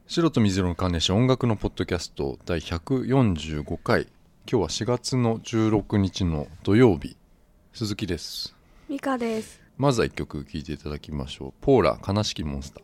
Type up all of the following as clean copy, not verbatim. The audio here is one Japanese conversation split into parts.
白と水色の関連詞音楽のポッドキャスト第145回。今日は4月の16日の土曜日。鈴木です。 ミカです。 まずは1曲聴いていただきましょう。ポーラ悲しきモンスター。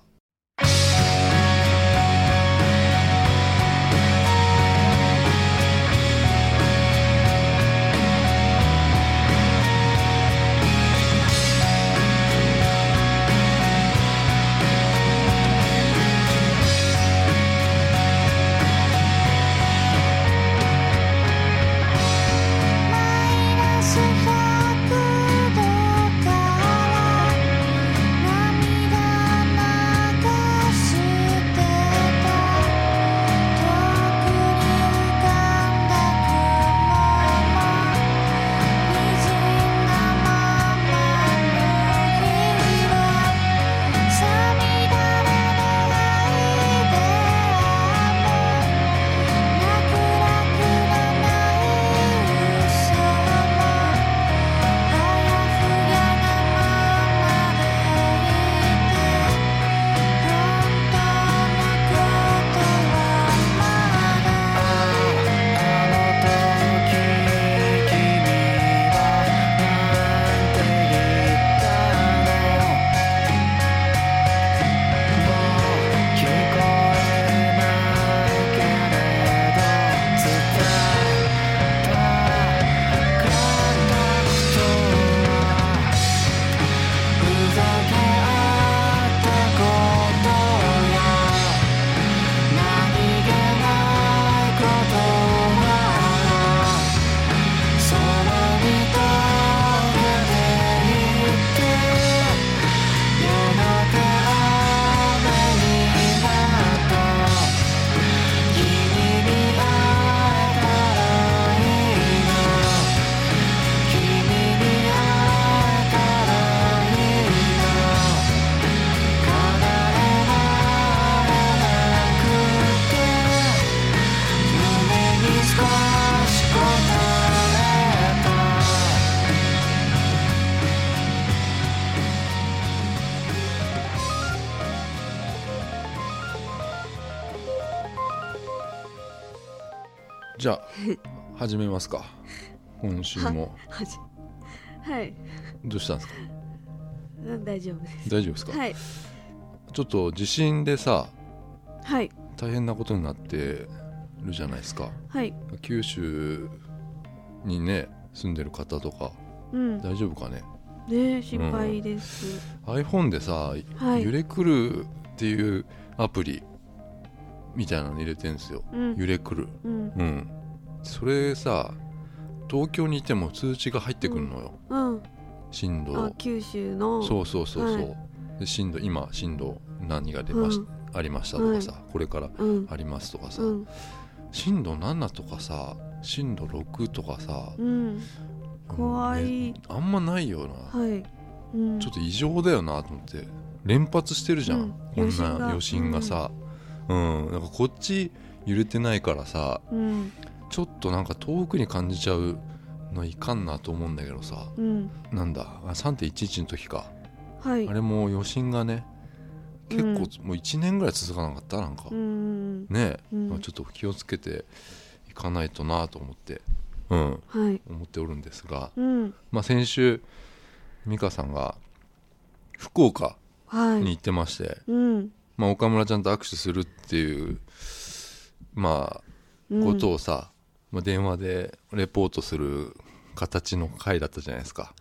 じゃあ始めますか。今週もはい。 どうしたんですか？ 大丈夫です。 大丈夫ですか？ はい。 ちょっと地震でさ、 はい。 大変なことになってるじゃないですか。 はい。 九州にね住んでる方とか、大丈夫かね。 ね、心配です。 iPhone でさ、揺れくるっていうアプリみたいなの入れてるんですよ。揺れくる。それさ、東京にいても通知が入ってくるのよ。震度。 九州の。 そう。で今震度何がありましたとかさ、これからありますとかさ、震度7とかさ、震度6とかさ、 怖い。 あんまないよな。ちょっと異常だよなと思って。連発してるじゃん。こんな余震がさ。なんかこっち揺れてないからさ、ちょっとなんか遠くに感じちゃうのいかんなと思うんだけどさ、なんだ 3.11 の時か、あれも余震がね結構もう1年ぐらい続かなかったなんか、ねえ、ちょっと気をつけていかないとなと思って、思っておるんですが、先週美香さんが福岡に行ってまして、岡村ちゃんと握手するっていうことをさ、電話でレポートする形の回だったじゃないですか。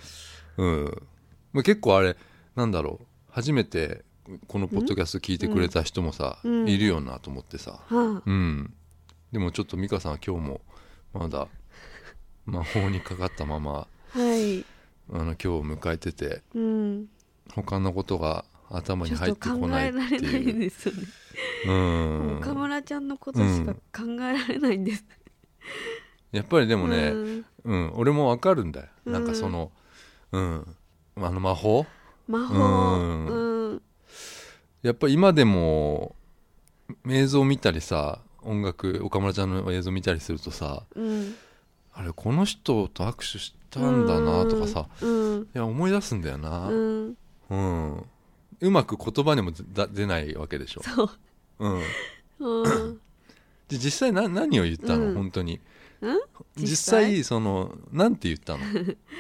結構あれなんだろう、初めてこのポッドキャスト聞いてくれた人もさ、いるよなと思ってさ、でもちょっと美香さんは今日もまだ魔法にかかったまま、今日を迎えてて、他のことが頭に入ってこないっていう。 ちょっと考えられないんですよね。岡村ちゃんのことしか考えられないんです。 やっぱりでもね、俺も分かるんだよ。なんかその、魔法、やっぱり今でも映像見たりさ、岡村ちゃんの映像見たりするとさ、あれこの人と握手したんだなとかさ、いや思い出すんだよな。うまく言葉にも出ないわけでしょ。 そう。 で実際何を言ったの、本当に。実際そのなんて言ったの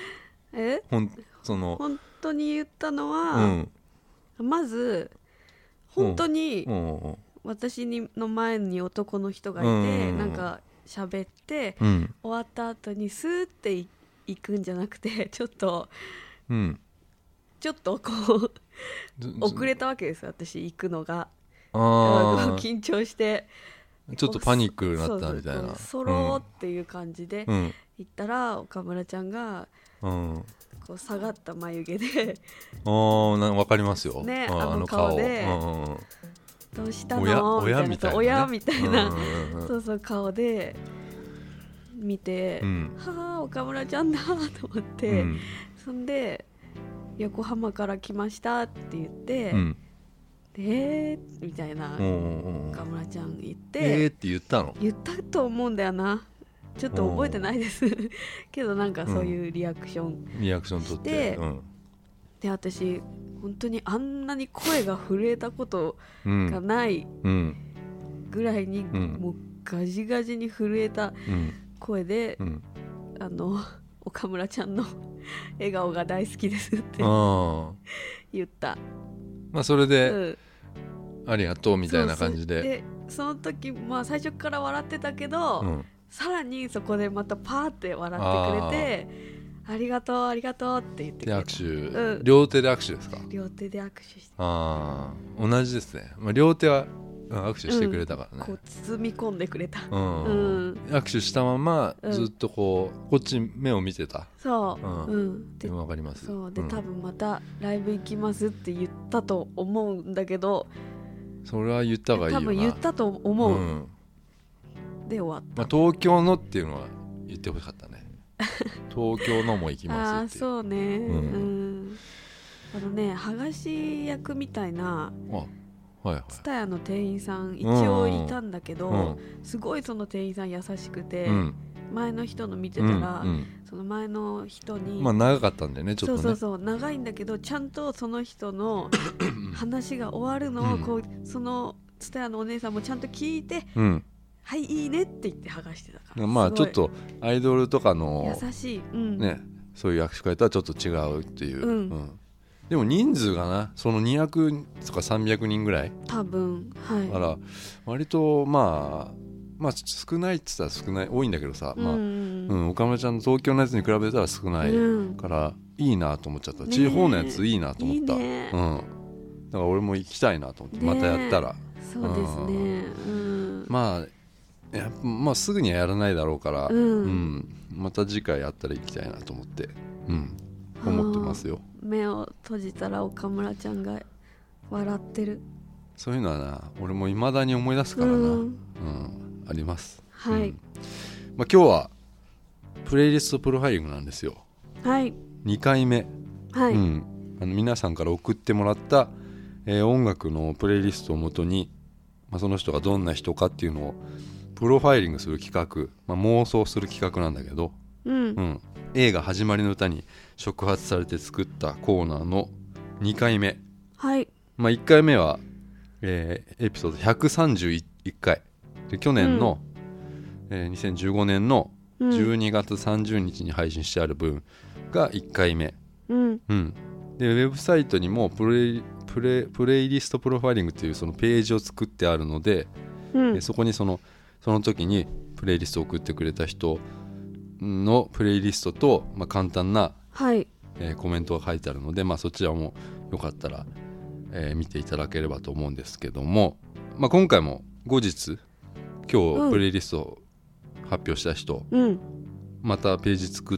本当に言ったのは、まず本当に私の前に男の人がいて、なんか喋って、終わった後にスーって行くんじゃなくて、ちょっとこう遅れたわけです、私行くのが。緊張してちょっとパニックになったみたいな、 ソロっていう感じで行ったら、岡村ちゃんがこう下がった眉毛でわかりますよ、 ね、あの顔でどうしたの親みたいな、 親みたいなそうそう顔で見て、はあ岡村ちゃんだと思って、そんで横浜から来ましたって言って、みたいな岡村ちゃん言ってって言ったの？ 言ったと思うんだよな、ちょっと覚えてないですけど、なんかそういうリアクション取って、 で私本当にあんなに声が震えたことがないぐらいに、もうガジガジに震えた声で、岡村ちゃんの笑顔が大好きですって言った。 まあそれで、ありがとうみたいな感じで、 その時、最初から笑ってたけど、さらにそこでまたパーって笑ってくれて、ありがとうありがとうって言ってくれた。 握手、両手で握手ですか？ 両手で握手して、 同じですね、両手は握手してくれたからね、 こう包み込んでくれた、 握手したままずっとこっち目を見てた。 そう、 で分かります。 そうで、多分またライブ行きますって言ったと思うんだけど、 それは言った方がいいよな。 多分言ったと思う、で終わった。 東京のっていうのは言ってほしかったね東京のも行きますっていう。 そうね、剥がし役みたいなツタヤの店員さん一応いたんだけど、すごいその店員さん優しくて、前の人の見てたら、その前の人に長かったんだよね、ちょっとね。 そう長いんだけど、ちゃんとその人の話が終わるのをこう、そのツタヤのお姉さんもちゃんと聞いて、はいいいねって言って剥がしてたから、 ちょっとアイドルとかの優しい、 そういう握手会とはちょっと違うっていう、でも人数がな、その200とか300人ぐらい多分、 だから割と少ないって言ったら少ない、多いんだけどさ、岡村ちゃんの東京のやつに比べたら少ないから、いいなと思っちゃった。地方のやついいなと思った。だから俺も行きたいなと思って、またやったら。 そうですね、 すぐにはやらないだろうから、また次回やったら行きたいなと思って、思ってますよ。 目を閉じたら岡村ちゃんが笑ってる、 そういうのはな、俺も未だに思い出すからな、あります。 はい、 今日はプレイリストプロファイリングなんですよ。 はい、 2回目、皆さんから送ってもらった、音楽のプレイリストをもとに、その人がどんな人かっていうのをプロファイリングする企画、妄想する企画なんだけど、映画始まりの歌に触発されて作ったコーナーの2回目、1回目は、エピソード131回で、去年の、2015年の12月30日に配信してある分が1回目、でウェブサイトにもプレイリストプロファイリングというそのページを作ってあるので、そこにその時にプレイリストを送ってくれた人のプレイリストと、簡単な、コメントが書いてあるので、そちらもよかったら、見ていただければと思うんですけども、今回も後日今日プレイリストを発表した人、またページ作って、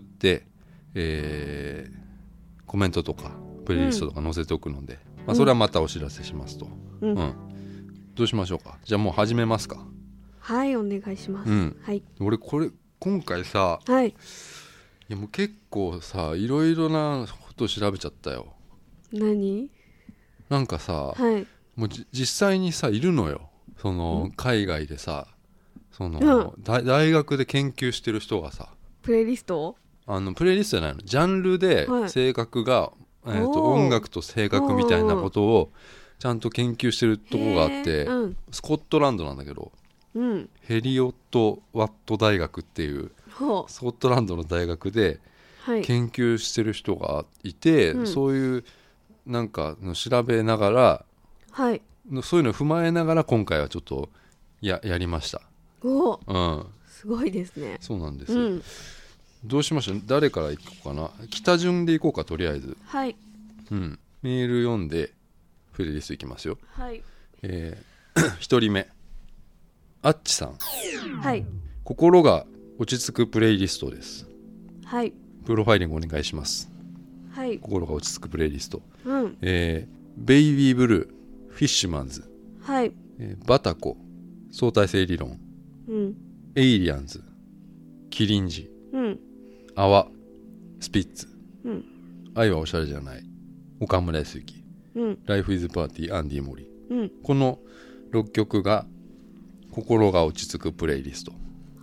コメントとかプレイリストとか載せておくので、それはまたお知らせしますと、どうしましょうか。じゃあもう始めますか。 はい、お願いします。 俺今回さ、いやもう結構さ、いろいろなこと調べちゃったよ。 何？ なんかさ、もう実際にさいるのよ、その海外でさ、その、大学で研究してる人がさ、 プレイリスト？ プレイリストじゃないの、ジャンルで性格が、音楽と性格みたいなことをちゃんと研究してるとこがあって、スコットランドなんだけど、ヘリオット・ワット大学っていうスコットランドの大学で研究してる人がいて、そういうなんかの調べながら、そういうのを踏まえながら今回はちょっと やりました。 すごいですね。 そうなんです、どうしましょう。誰からいこうかな。北順でいこうか、とりあえず。メール読んでプレイリストいきますよ。一人目、あっちさん。心が落ち着くプレイリストです。プロファイリングお願いします。心が落ち着くプレイリスト、ベイビーブルー、フィッシュマンズ、バタコ、相対性理論、エイリアンズ、キリンジ、アワ、スピッツ、愛はおしゃれじゃない、岡村康之、ライフイズパーティー、アンディモリ、この6曲が心が落ち着くプレイリスト。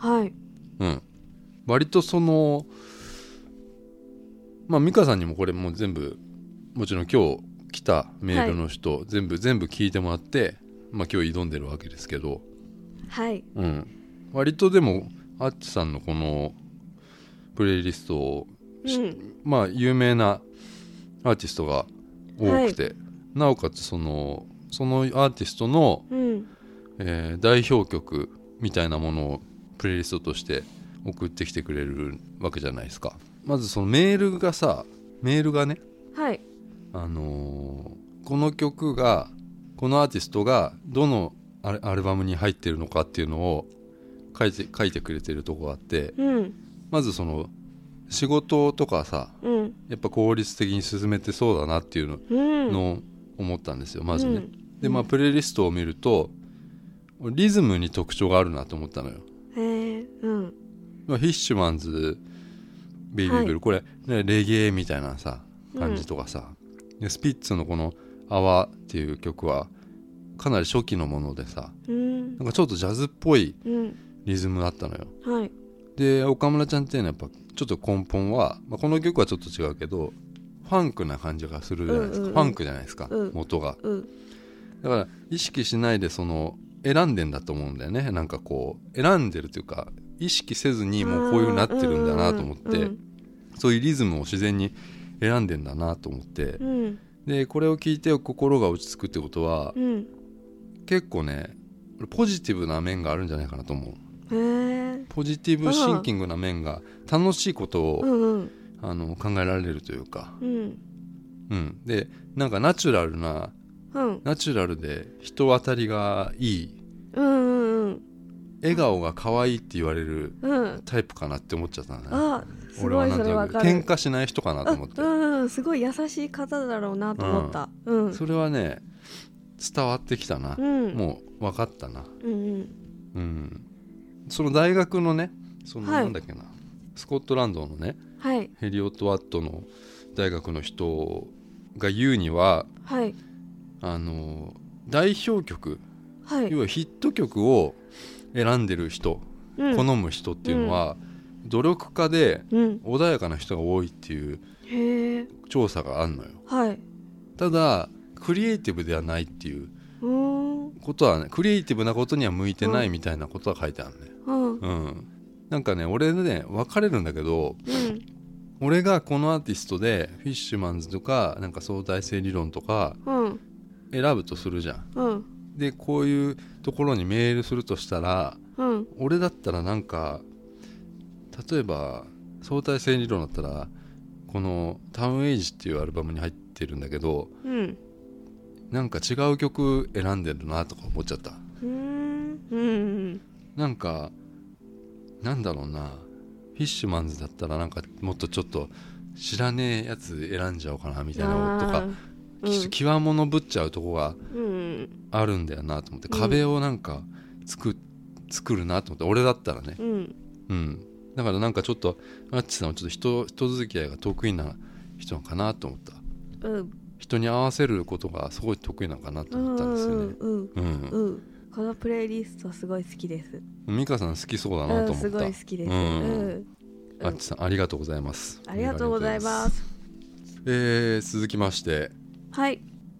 割とその美香さんにもこれもう全部、もちろん今日来たメールの人、全部聞いてもらって、今日挑んでるわけですけど、割とでもあっちさんのこのプレイリストを、有名なアーティストが多くて、なおかつそのアーティストの、代表曲みたいなものをプレイリストとして送ってきてくれるわけじゃないですか。まずそのメールがね、この曲が、このアーティストがどのアルバムに入ってるのかっていうのを書いてくれてるとこがあって、まずその仕事とかさ、やっぱ効率的に進めてそうだなっていうのを思ったんですよ、まずね。でプレイリストを見るとリズムに特徴があるなと思ったのよ。フィッシュマンズ、ベイビーブルー、これ、ね、レゲエみたいなさ感じとかさ、でスピッツのこのアワっていう曲はかなり初期のものでさ、なんかちょっとジャズっぽいリズムだったのよ。で岡村ちゃんっていうのはやっぱちょっと根本は、この曲はちょっと違うけどファンクな感じがするじゃないですか、ファンクじゃないですか、元が、だから意識しないでその選んでんだと思うんだよね。なんかこう選んでるというか意識せずにもうこういう風になってるんだなと思って、そういうリズムを自然に選んでんだなと思って、でこれを聞いて心が落ち着くってことは、結構ねポジティブな面があるんじゃないかなと思う。ポジティブシンキングな面が、楽しいことを、考えられるというか、でなんかナチュラルで人当たりがいい、笑顔が可愛いって言われるタイプかなって思っちゃったね。俺はなんとなく喧嘩しない人かなと思って、 すごい優しい方だろうなと思った、 それはね伝わってきたな、もう分かったな。その大学のね、そのなんだっけな、スコットランドのね、ヘリオット・ワットの大学の人が言うには、代表曲、要はヒット曲を選んでる人、好む人っていうのは、努力家で穏やかな人が多いっていう調査があるのよ。ただクリエイティブではないっていうことはね、クリエイティブなことには向いてないみたいなことは書いてあるね。なんかね俺ね分かれるんだけど、俺がこのアーティストでフィッシュマンズとかなんか相対性理論とか選ぶとするじゃん、でこういうところにメールするとしたら、俺だったらなんか例えば相対性理論だったらこのタウンエイジっていうアルバムに入ってるんだけど、なんか違う曲選んでるなとか思っちゃった。なんかなんだろうな、フィッシュマンズだったらなんかもっとちょっと知らねえやつ選んじゃおうかなみたいなのとか、極物ぶっちゃうとこがあるんだよなと思って、壁をなんか作るなと思って、俺だったらね、だからなんかちょっとあっちさんはちょっと人付き合いが得意な人かなと思った、人に合わせることがすごい得意なのかなと思ったんですよね。 このプレイリストすごい好きです。 美香さん好きそうだなと思った、 すごい好きです、 あっちさんありがとうございます。 ありがとうございます。 続きまして、 ハッ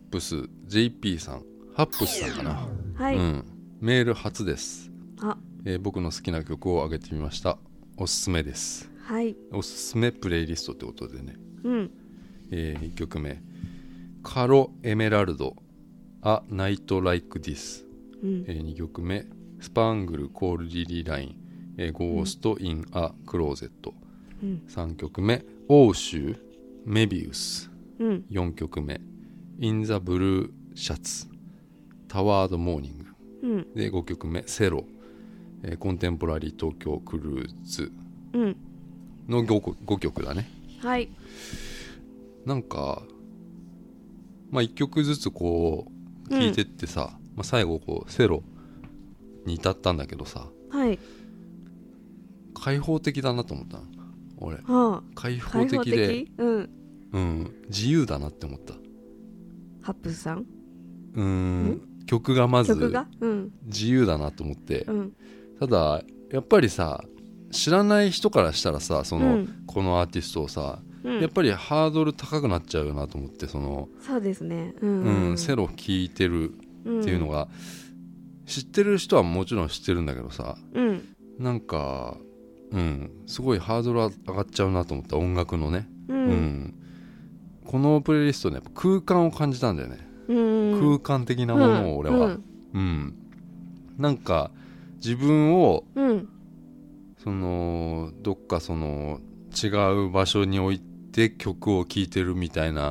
プス JP さん、ハップスさんかな、 はい、 メール初です。 あ、 僕の好きな曲を上げてみました。おすすめです。 はい、 おすすめプレイリストってことでね、1曲目カロエメラルド A Night Like This、2曲目スパングルコールリリライン、ゴーストインアクローゼット、3曲目欧州メビウス、4曲目インザブルーシャツタワードモーニング、で5曲目セロ、コンテンポラリー東京クルーズの 5曲だね。 はい。 なんかまあ1曲ずつこう聴いてってさ、最後こうセロに至ったんだけどさ、 はい、 開放的だなと思ったの俺、開放的で自由だなって思った。 ハップスさん曲がまず自由だなと思って、ただやっぱりさ知らない人からしたらさこのアーティストをさ、やっぱりハードル高くなっちゃうよなと思って、 そうですね、 セロ聴いてるっていうのが、知ってる人はもちろん知ってるんだけどさ、なんかすごいハードル上がっちゃうなと思った、音楽のね、このプレイリストね、やっぱ空間を感じたんだよね、空間的なものを俺は、なんか自分を、どっか違う場所に置いて曲を聴いてるみたいな、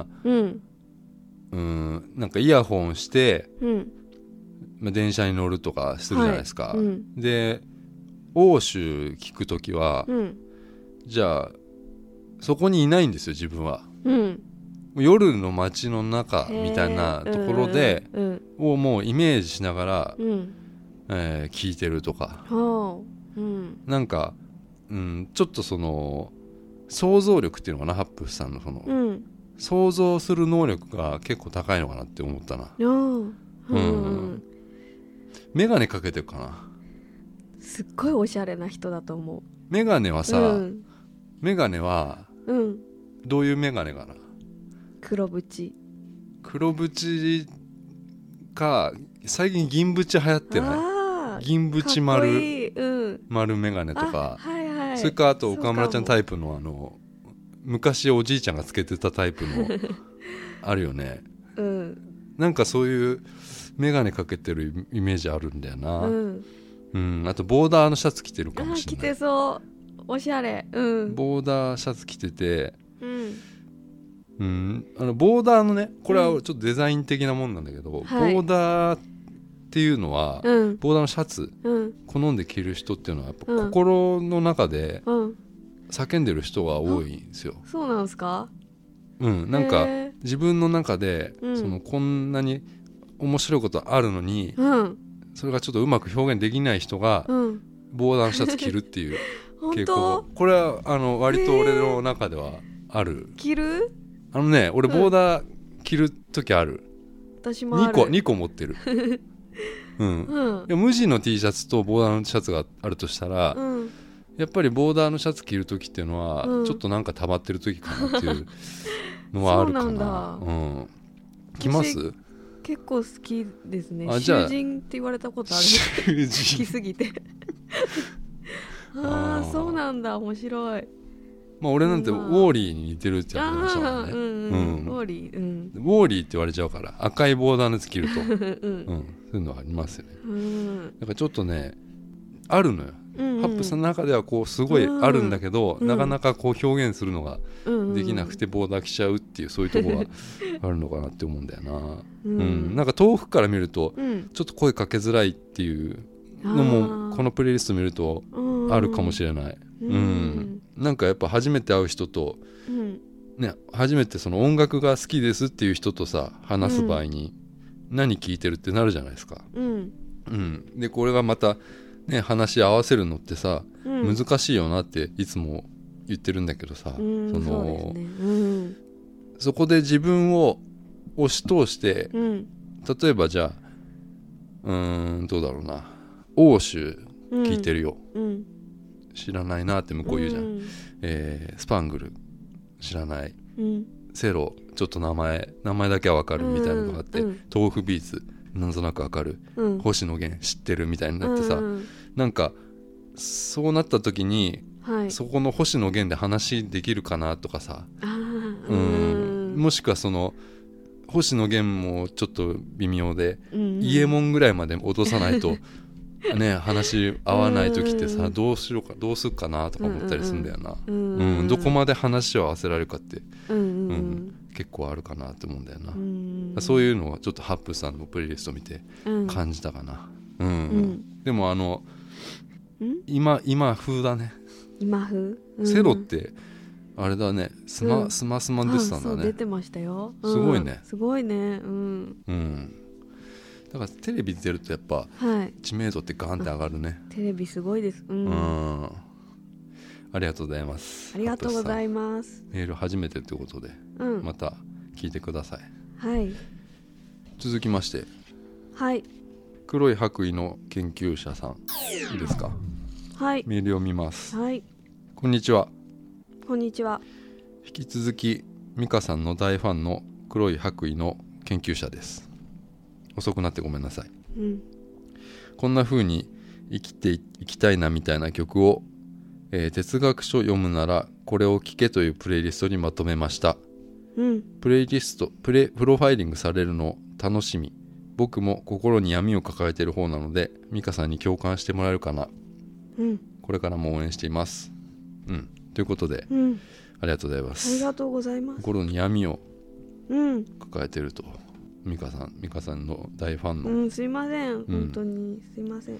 なんかイヤホンして、電車に乗るとかするじゃないですか、で欧州聞くときは、じゃあそこにいないんですよ自分は、夜の街の中みたいなところで、をもうイメージしながら、聞いてるとか、なんか、ちょっと想像力っていうのかな、ハップスさんの想像する能力が結構高いのかなって思ったな。メガネかけてるかな。 すっごいおしゃれな人だと思う。 メガネはさ、メガネはどういうメガネかな。 黒縁か、最近銀縁流行ってない？銀縁丸メガネとか、それかあと岡村ちゃんタイプの昔おじいちゃんがつけてたタイプのあるよね、なんかそういうメガネかけてるイメージあるんだよな、あとボーダーのシャツ着てるかもしれない。 着てそう、おしゃれ、 ボーダーシャツ着てて、ボーダーのね、これはちょっとデザイン的なもんなんだけど、ボーダーっていうのは、ボーダーのシャツ、好んで着る人っていうのはやっぱ心の中で叫んでる人が多いんですよ。 そうなんですか？ なんか自分の中で、こんなに面白いことあるのに、それがちょっとうまく表現できない人が、ボーダーのシャツ着るっていう傾向これは割と俺の中ではある。 着る？ 俺ボーダー着る時ある。 私もある。 2個持ってる。いや無地の T シャツとボーダーのシャツがあるとしたら、やっぱりボーダーのシャツ着る時っていうのは、ちょっとなんか溜まってる時かなっていうのはあるかな。着ます？ 結構好きですね。囚人って言われたことある。好きすぎて。そうなんだ、面白い。 俺なんてウォーリーに似てるって言われましたからね。ウォーリー、 ウォーリーって言われちゃうから、赤いボーダーのやつ着ると、そういうのありますよね。だからちょっとね、あるのよ。ハップさんの中ではこうすごいあるんだけど、なかなかこう表現するのができなくてボーダー着ちゃうっていう、そういうところがあるのかなって思うんだよな。なんか遠くから見るとちょっと声かけづらいっていうのもこのプレイリスト見るとあるかもしれない。なんかやっぱ初めて会う人と、初めて音楽が好きですっていう人とさ話す場合に、何聴いてるってなるじゃないですか。でこれがまたね、話し合わせるのってさ、難しいよなっていつも言ってるんだけどさ、そこで自分を押し通して、例えばじゃあどうだろうな、欧州聞いてるよ、知らないなって向こう言うじゃん、スパングル知らない、 セロちょっと名前だけは分かるみたいなのがあって、豆腐ビーツなんとなく分かる、星野源知ってるみたいになってさ、なんかそうなった時に、そこの星野源で話できるかなとかさ、もしくはその星野源もちょっと微妙で、伊右衛門ぐらいまで落とさないとね、話合わない時ってさ、どうするかなとか思ったりするんだよな。どこまで話を合わせられるかって、結構あるかなって思うんだよな。そういうのはちょっとハップさんのプレイリスト見て感じたかな。でも今風だね。 今風、 セロってあれだね、スマスマ出てたんだね。 そう出てましたよ。 すごいね。 すごいね。 だからテレビ出るとやっぱ知名度ってガンって上がるね。 テレビすごいです。 ありがとうございます。 ありがとうございます。 メール初めてということで、また聞いてください。 はい。 続きまして、 はい。 黒い白衣の研究者さん、いいですか？ はい。 メールを見ます。 はい。 こんにちは。 こんにちは。 引き続き美香さんの大ファンの黒い白衣の研究者です。遅くなってごめんなさい。こんな風に生きていきたいなみたいな曲を、哲学書読むならこれを聴けというプレイリストにまとめました。プレイリストプロファイリングされるの楽しみ。僕も心に闇を抱えている方なので美香さんに共感してもらえるかな。これからも応援しています。ということで、ありがとうございます。 ありがとうございます。 心に闇を抱えていると、美香さんの大ファンの、 すいません、本当にすいません。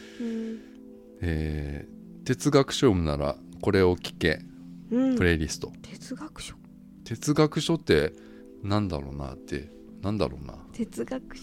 哲学書読むならこれを聞け、プレイリスト。哲学書ってなんだろうな。哲学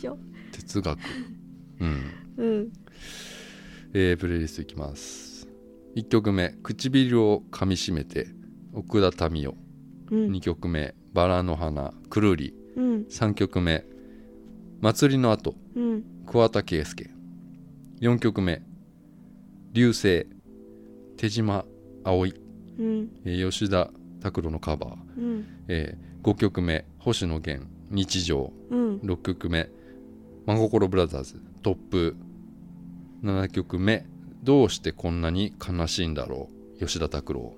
プレイリストいきます。1曲目、唇を噛みしめて奥田民生、2曲目、バラの花くるり、3曲目、祭りの後、桑田佳祐、4曲目、流星手島葵、吉田拓郎のカバー、5曲目、星野源日常、6曲目、真心ブラザーズトップ、7曲目、どうしてこんなに悲しいんだろう吉田拓郎。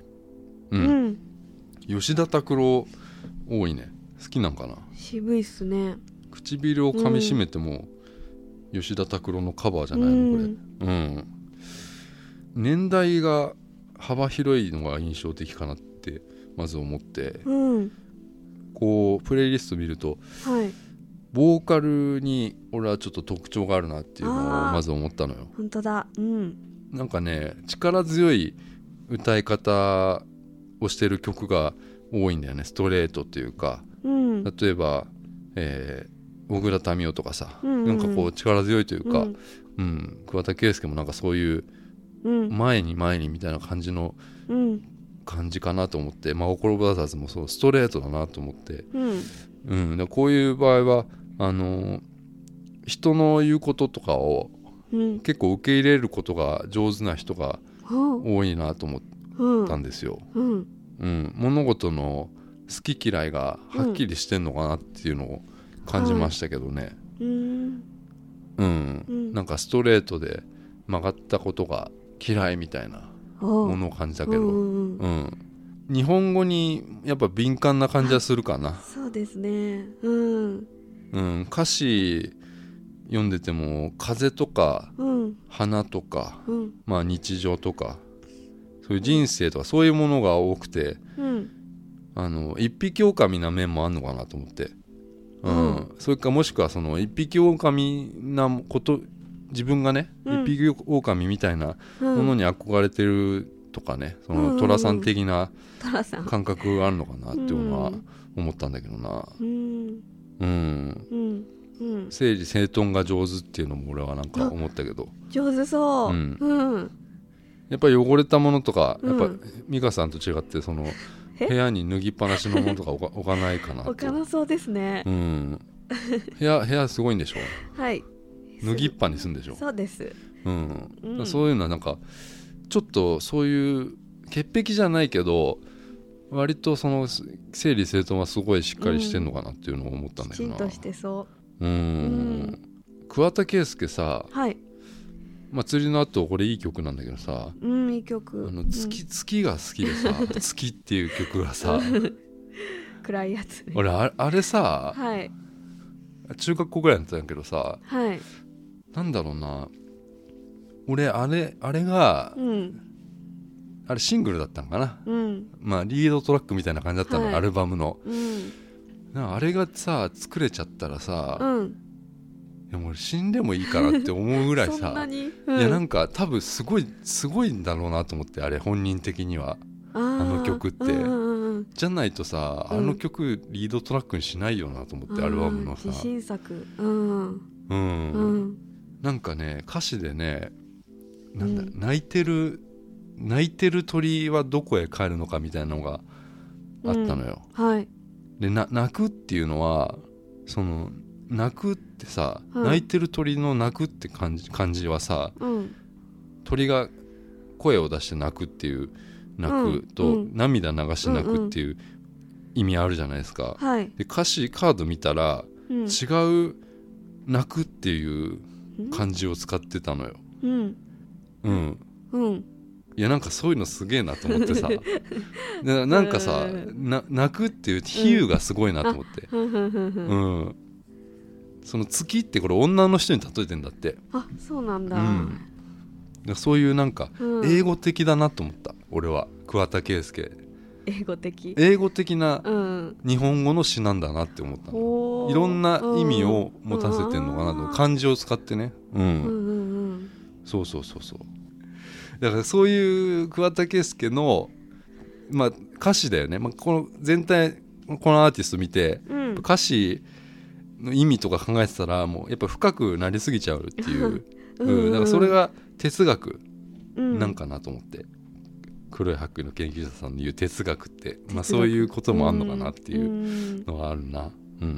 吉田拓郎多いね。好きなんかな。 渋いっすね。 唇を噛みしめても、吉田拓郎のカバーじゃないのこれ。年代が幅広いのが印象的かなってまず思って、こうプレイリスト見ると、ボーカルに俺はちょっと特徴があるなっていうのをまず思ったのよ。 本当だ。 なんかね、力強い歌い方をしてる曲が多いんだよね。ストレートっていうか、例えば、小倉民生とかさ、なんかこう力強いというか、桑田佳祐もなんかそういう前にみたいな感じの感じかなと思って、真心ブラザーズもそうストレートだなと思って、こういう場合は人の言うこととかを結構受け入れることが上手な人が多いなと思ったんですよ。物事の好き嫌いがはっきりしてんのかなっていうのを感じましたけどね。なんかストレートで曲がったことが嫌いみたいなものを感じたけど、日本語にやっぱ敏感な感じはするかな。 そうですね。 歌詞読んでても風とか、花とか、日常とかそういう人生とかそういうものが多くて、一匹狼な面もあんのかなと思って、それかもしくはその一匹狼なこと自分がね、一匹狼みたいなものに憧れてるとかね、その寅さん的な感覚があるのかなっていうのは思ったんだけどな。整理整頓が上手っていうのも俺はなんか思ったけど、 上手そう。 やっぱり汚れたものとか、やっぱ美香さんと違ってその部屋に脱ぎっぱなしのものとか置かないかなと。 置かなそうですね。 部屋すごいんでしょ。脱ぎっぱにするんでしょ。 そうです。 そういうのはなんかちょっとそういう潔癖じゃないけど、 割とその整理整頓はすごいしっかりしてんのかなっていうのを思ったんだよな、 きちんとしてそう。 桑田佳祐さ、 はい、 まあ、釣りの後これいい曲なんだけどさ、 いい曲。 月が好きでさ月っていう曲がさ暗いやつね。 俺あれさ、 はい、 中学校ぐらいだったんだけどさ、 はい、 なんだろうな、俺あれが、あれシングルだったのかな、まあリードトラックみたいな感じだったの、はい、アルバムの、あれがさ作れちゃったらさ、いやもう死んでもいいかなって思うぐらいさいやなんか多分すごいんだろうなと思って、あれ本人的にはあの曲って、じゃないとさ、あの曲リードトラックにしないよなと思って、アルバムのさ自信作。 なんかね歌詞でね、なんだ、泣いてる鳥はどこへ帰るのかみたいなのがあったのよ、 はい、 で泣くっていうのはその泣くってさ、泣いてる鳥の泣くって感じはさ、鳥が声を出して泣くっていう泣くと、涙流して泣くっていう意味あるじゃないですか、で歌詞カード見たら、違う泣くっていう漢字を使ってたのよ。いやなんかそういうのすげえなと思ってさなんかさ、泣くっていう比喩がすごいなと思って、その月ってこれ女の人に例えてんだって。 あ、そうなんだ、 そういうなんか英語的だなと思った、俺は桑田佳祐。英語的な日本語の詩なんだなって思ったの、いろんな意味を持たせてんのかなと、漢字を使ってね、そうだからそういう桑田佳祐の、まあ、歌詞だよね、まあ、この全体このアーティスト見て、歌詞の意味とか考えてたらもうやっぱ深くなりすぎちゃうっていうだからそれが哲学なんかなと思って、黒い白衣の研究者さんの言う哲学って、まあ、そういうこともあんのかなっていうのがあるな。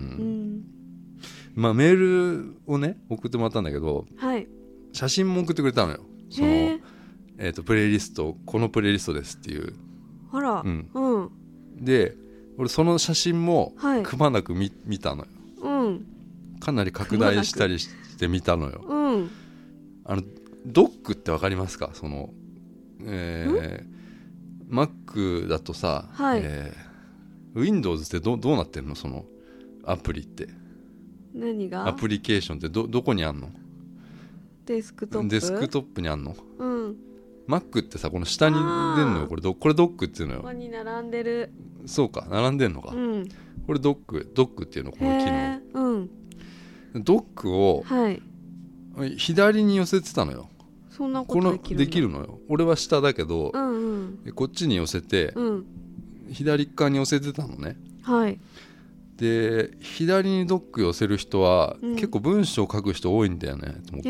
まあ、メールをね送ってもらったんだけど、写真も送ってくれたのよ。そのプレイリスト、このプレイリストですっていう。 あら、 で俺その写真もくまなく見たのよ、かなり拡大したりして見たのよ、ドックってわかりますか？その、Mac だとさ、Windows ってどうなってんの？そのアプリって。 何が？ アプリケーションってどこにあんの？ デスクトップにあんの？Mac ってさこの下に出んのよ。これドックっていうのよ。 ここに並んでる。 そうか、並んでんのか、これドックっていうの、この機能、ドックを左に寄せてたのよ。 そんなことできるのよ。俺は下だけど、こっちに寄せて、左側に寄せてたのね。で左にドック寄せる人は、結構文章を書く人多いんだよねと思って、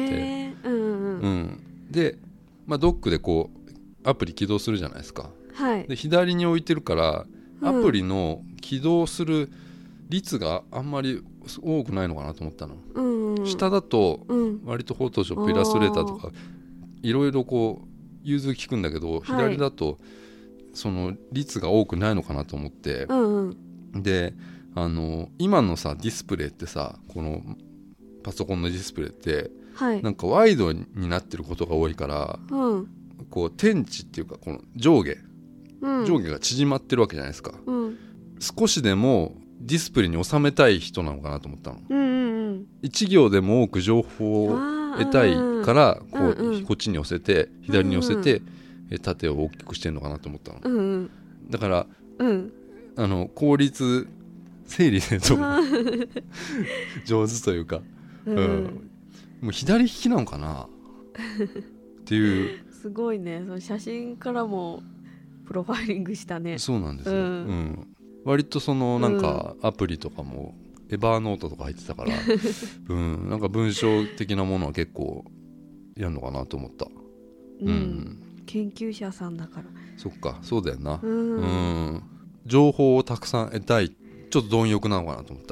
で、まあ、ドックでこうアプリ起動するじゃないですか、で左に置いてるからアプリの起動する率があんまり多くないのかなと思ったの、下だと割とフォトショップ、イラストレーターとかいろいろこう融通きくんだけど、左だとその率が多くないのかなと思って、で今のさディスプレイってさ、このパソコンのディスプレイって、なんかワイドになってることが多いから、こう天地っていうかこの上下が縮まってるわけじゃないですか、少しでもディスプレイに収めたい人なのかなと思ったの、一行でも多く情報を得たいからこっちに寄せて左に寄せて、縦を大きくしてるのかなと思ったの、だから、効率整理整頓上手というか、もう左利きなのかなっていうすごいね、その写真からもプロファイリングしたね。 そうなんですよ、割とそのなんかアプリとかもエバーノートとか入ってたからなんか文章的なものは結構やるのかなと思った、 研究者さんだから。 そっか、そうだよな、情報をたくさん得たい、ちょっと貪欲なのかなと思った。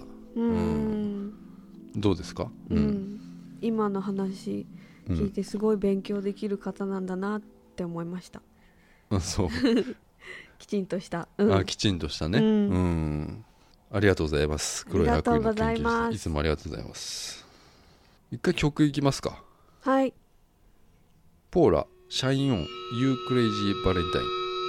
どうですか？ 今の話聞いてすごい勉強できる方なんだなって思いました。 そうきちんとした、 きちんとしたね、ありがとうございます。黒い白衣の研究室、いつもありがとうございます。一回曲いきますか。 はい。 ポーラシャインオン You Crazy Valentine。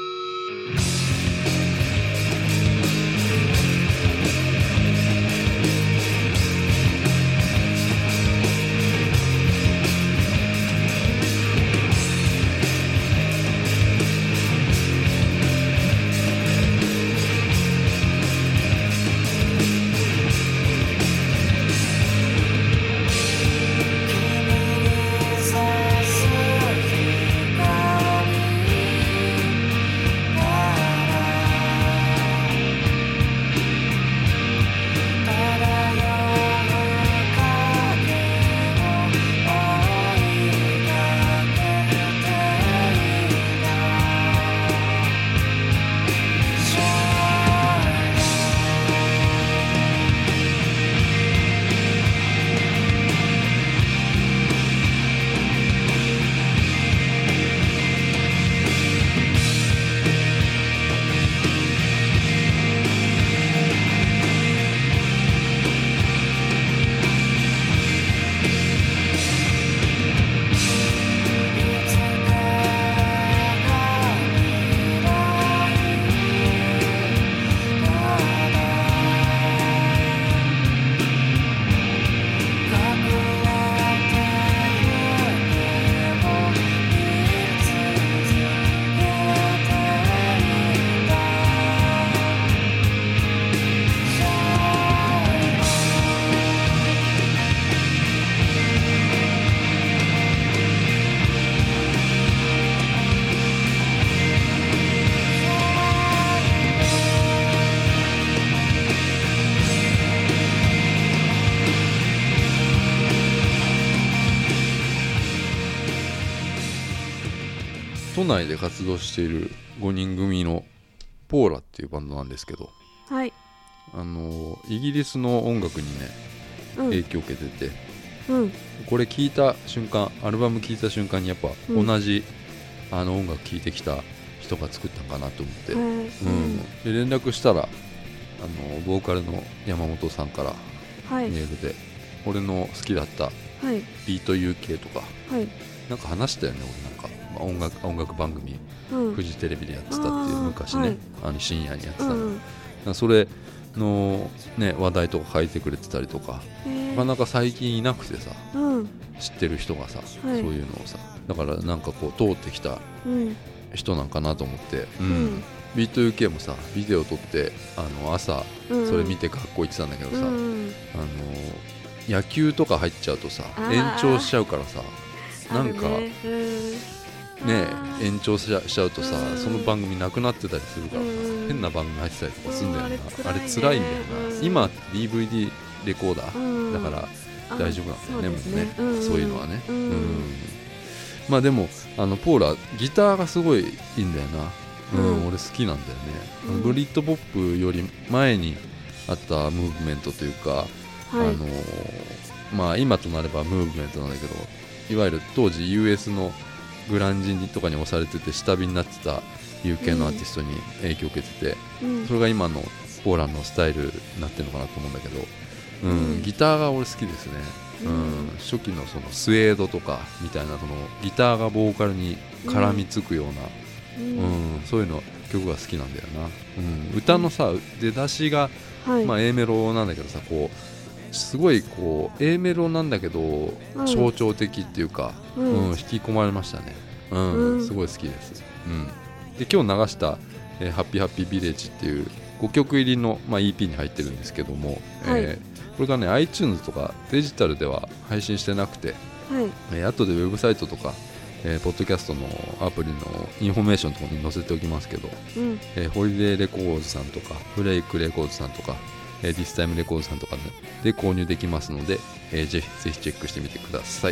都内で活動している5人組のポーラっていうバンドなんですけど、 はい、 イギリスの音楽にね、影響を受けてて、これ聞いた瞬間、アルバム聞いた瞬間にやっぱ同じ、音楽聴いてきた人が作ったんかなと思って、で連絡したらボーカルの山本さんからメールで、俺の好きだったビート UK とか、なんか話したよね。俺なんか音楽番組、フジテレビでやってたっていう昔ね、深夜にやってたの、それの、ね、話題とか書いてくれてたりとか、なかなか最近いなくてさ、知ってる人がさ、そういうのをさ、だからなんかこう通ってきた人なんかなと思って、ビート UK もさビデオ撮って朝それ見て学校行ってたんだけどさ、野球とか入っちゃうとさ延長しちゃうからさ、なんかね延長しちゃうとさ、その番組なくなってたりするからさ、変な番組入ってたりとかするんだよな。あれ辛いんだよな。今 DVD レコーダーだから大丈夫なんだよね、もうね、そういうのはね。まあでもポーラギターがすごいいいんだよな。俺好きなんだよね。ブリッドポップより前にあったムーブメントというか、まあ今となればムーブメントなんだけど、いわゆる当時 US のグランジとかに押されてて下火になってた UK のアーティストに影響を受けてて、それが今のポーラのスタイルになってるのかなと思うんだけど、ギターが俺好きですね。初期のそのスウェードとかみたいなそのギターがボーカルに絡みつくような、そういうの曲が好きなんだよな。歌のさ出だしが、まあ A メロなんだけどさ、こうすごいこう A メロなんだけど象徴的っていうか、引き込まれましたね。すごい好きです。で今日流した、ハッピーハッピービレッジっていう5曲入りの、まあ、EP に入ってるんですけども、これがね iTunes とかデジタルでは配信してなくて、後でウェブサイトとかポッドキャストのアプリのインフォメーションとかに載せておきますけど、ホリデーレコーズさんとかブレイクレコーズさんとか、ディスタイムレコーズさんとか、で購入できますので、ぜひチェックしてみてください。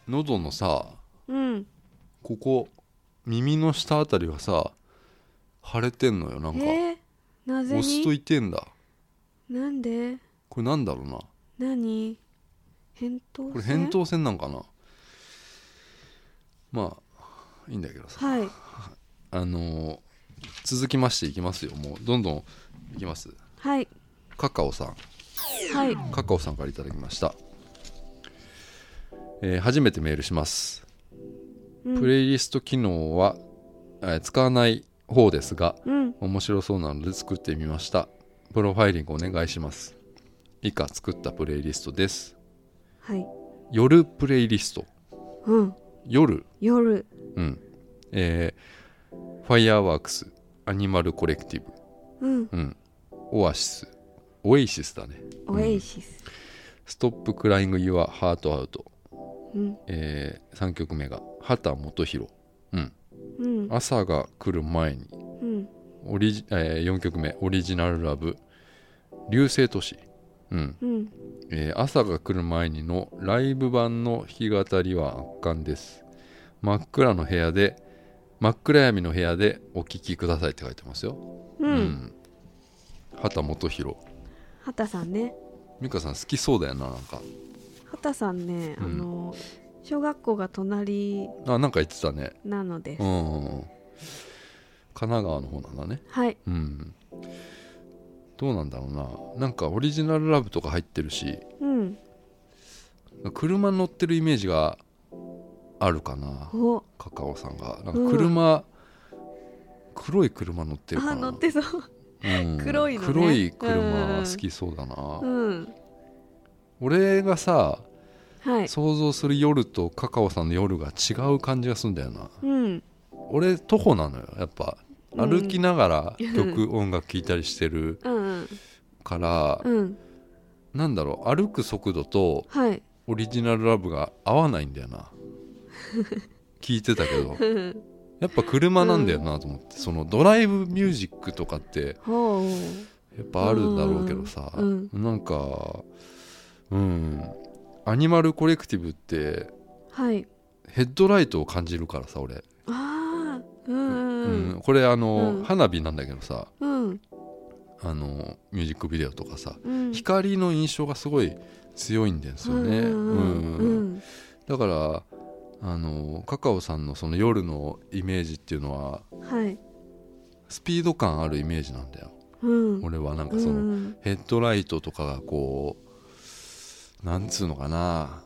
喉のさ、 うん、 ここ耳の下あたりがさ腫れてんのよ。なんかなぜに押すと痛えんだ。 なんで？ これなんだろうな。 何？扁桃腺？ これ扁桃腺なんかな。まあいいんだけどさ、 はい、 続きましていきますよ。もうどんどんいきます。 はい、 カカオさん、 はい、 カカオさんからいただきました。初めてメールします。プレイリスト機能は、使わない方ですが、面白そうなので作ってみました。プロファイリングお願いします。以下作ったプレイリストです。 はい、 夜プレイリスト、夜、うん、ファイヤーワークス、アニマルコレクティブ、オエシスだね。 オエシス、 ストップクライングユアハートアウト、3曲目が畑基博、朝が来る前に、4曲目オリジナルラブ流星都市、朝が来る前にのライブ版の弾き語りは圧巻です。真っ暗闇の部屋でお聴きくださいって書いてますよ。畑基博、 畑さんね。 美香さん好きそうだよな。なんか畑さんね、小学校が隣なんか言ってたね。 なのです。 神奈川の方なんだね。 はい、 どうなんだろうな。なんかオリジナルラブとか入ってるし、車乗ってるイメージがあるかな。カカオさんがなんか車、黒い車乗ってるかな。 乗ってそう。黒いのね。 黒い車好きそうだな。俺がさ、想像する夜とカカオさんの夜が違う感じがするんだよな。俺徒歩なのよ。やっぱ歩きながら音楽聴いたりしてるから、なんだろう、歩く速度とオリジナルラブが合わないんだよな。聞いてたけどやっぱ車なんだよなと思って、そのドライブミュージックとかってやっぱあるんだろうけどさ、なんかアニマルコレクティブってヘッドライトを感じるからさ、俺。これ花火なんだけどさ、ミュージックビデオとかさ、光の印象がすごい強いんですよね。だからカカオさんのその夜のイメージっていうのは、スピード感あるイメージなんだよ。俺はなんかそのヘッドライトとかがこうなんつうのかな、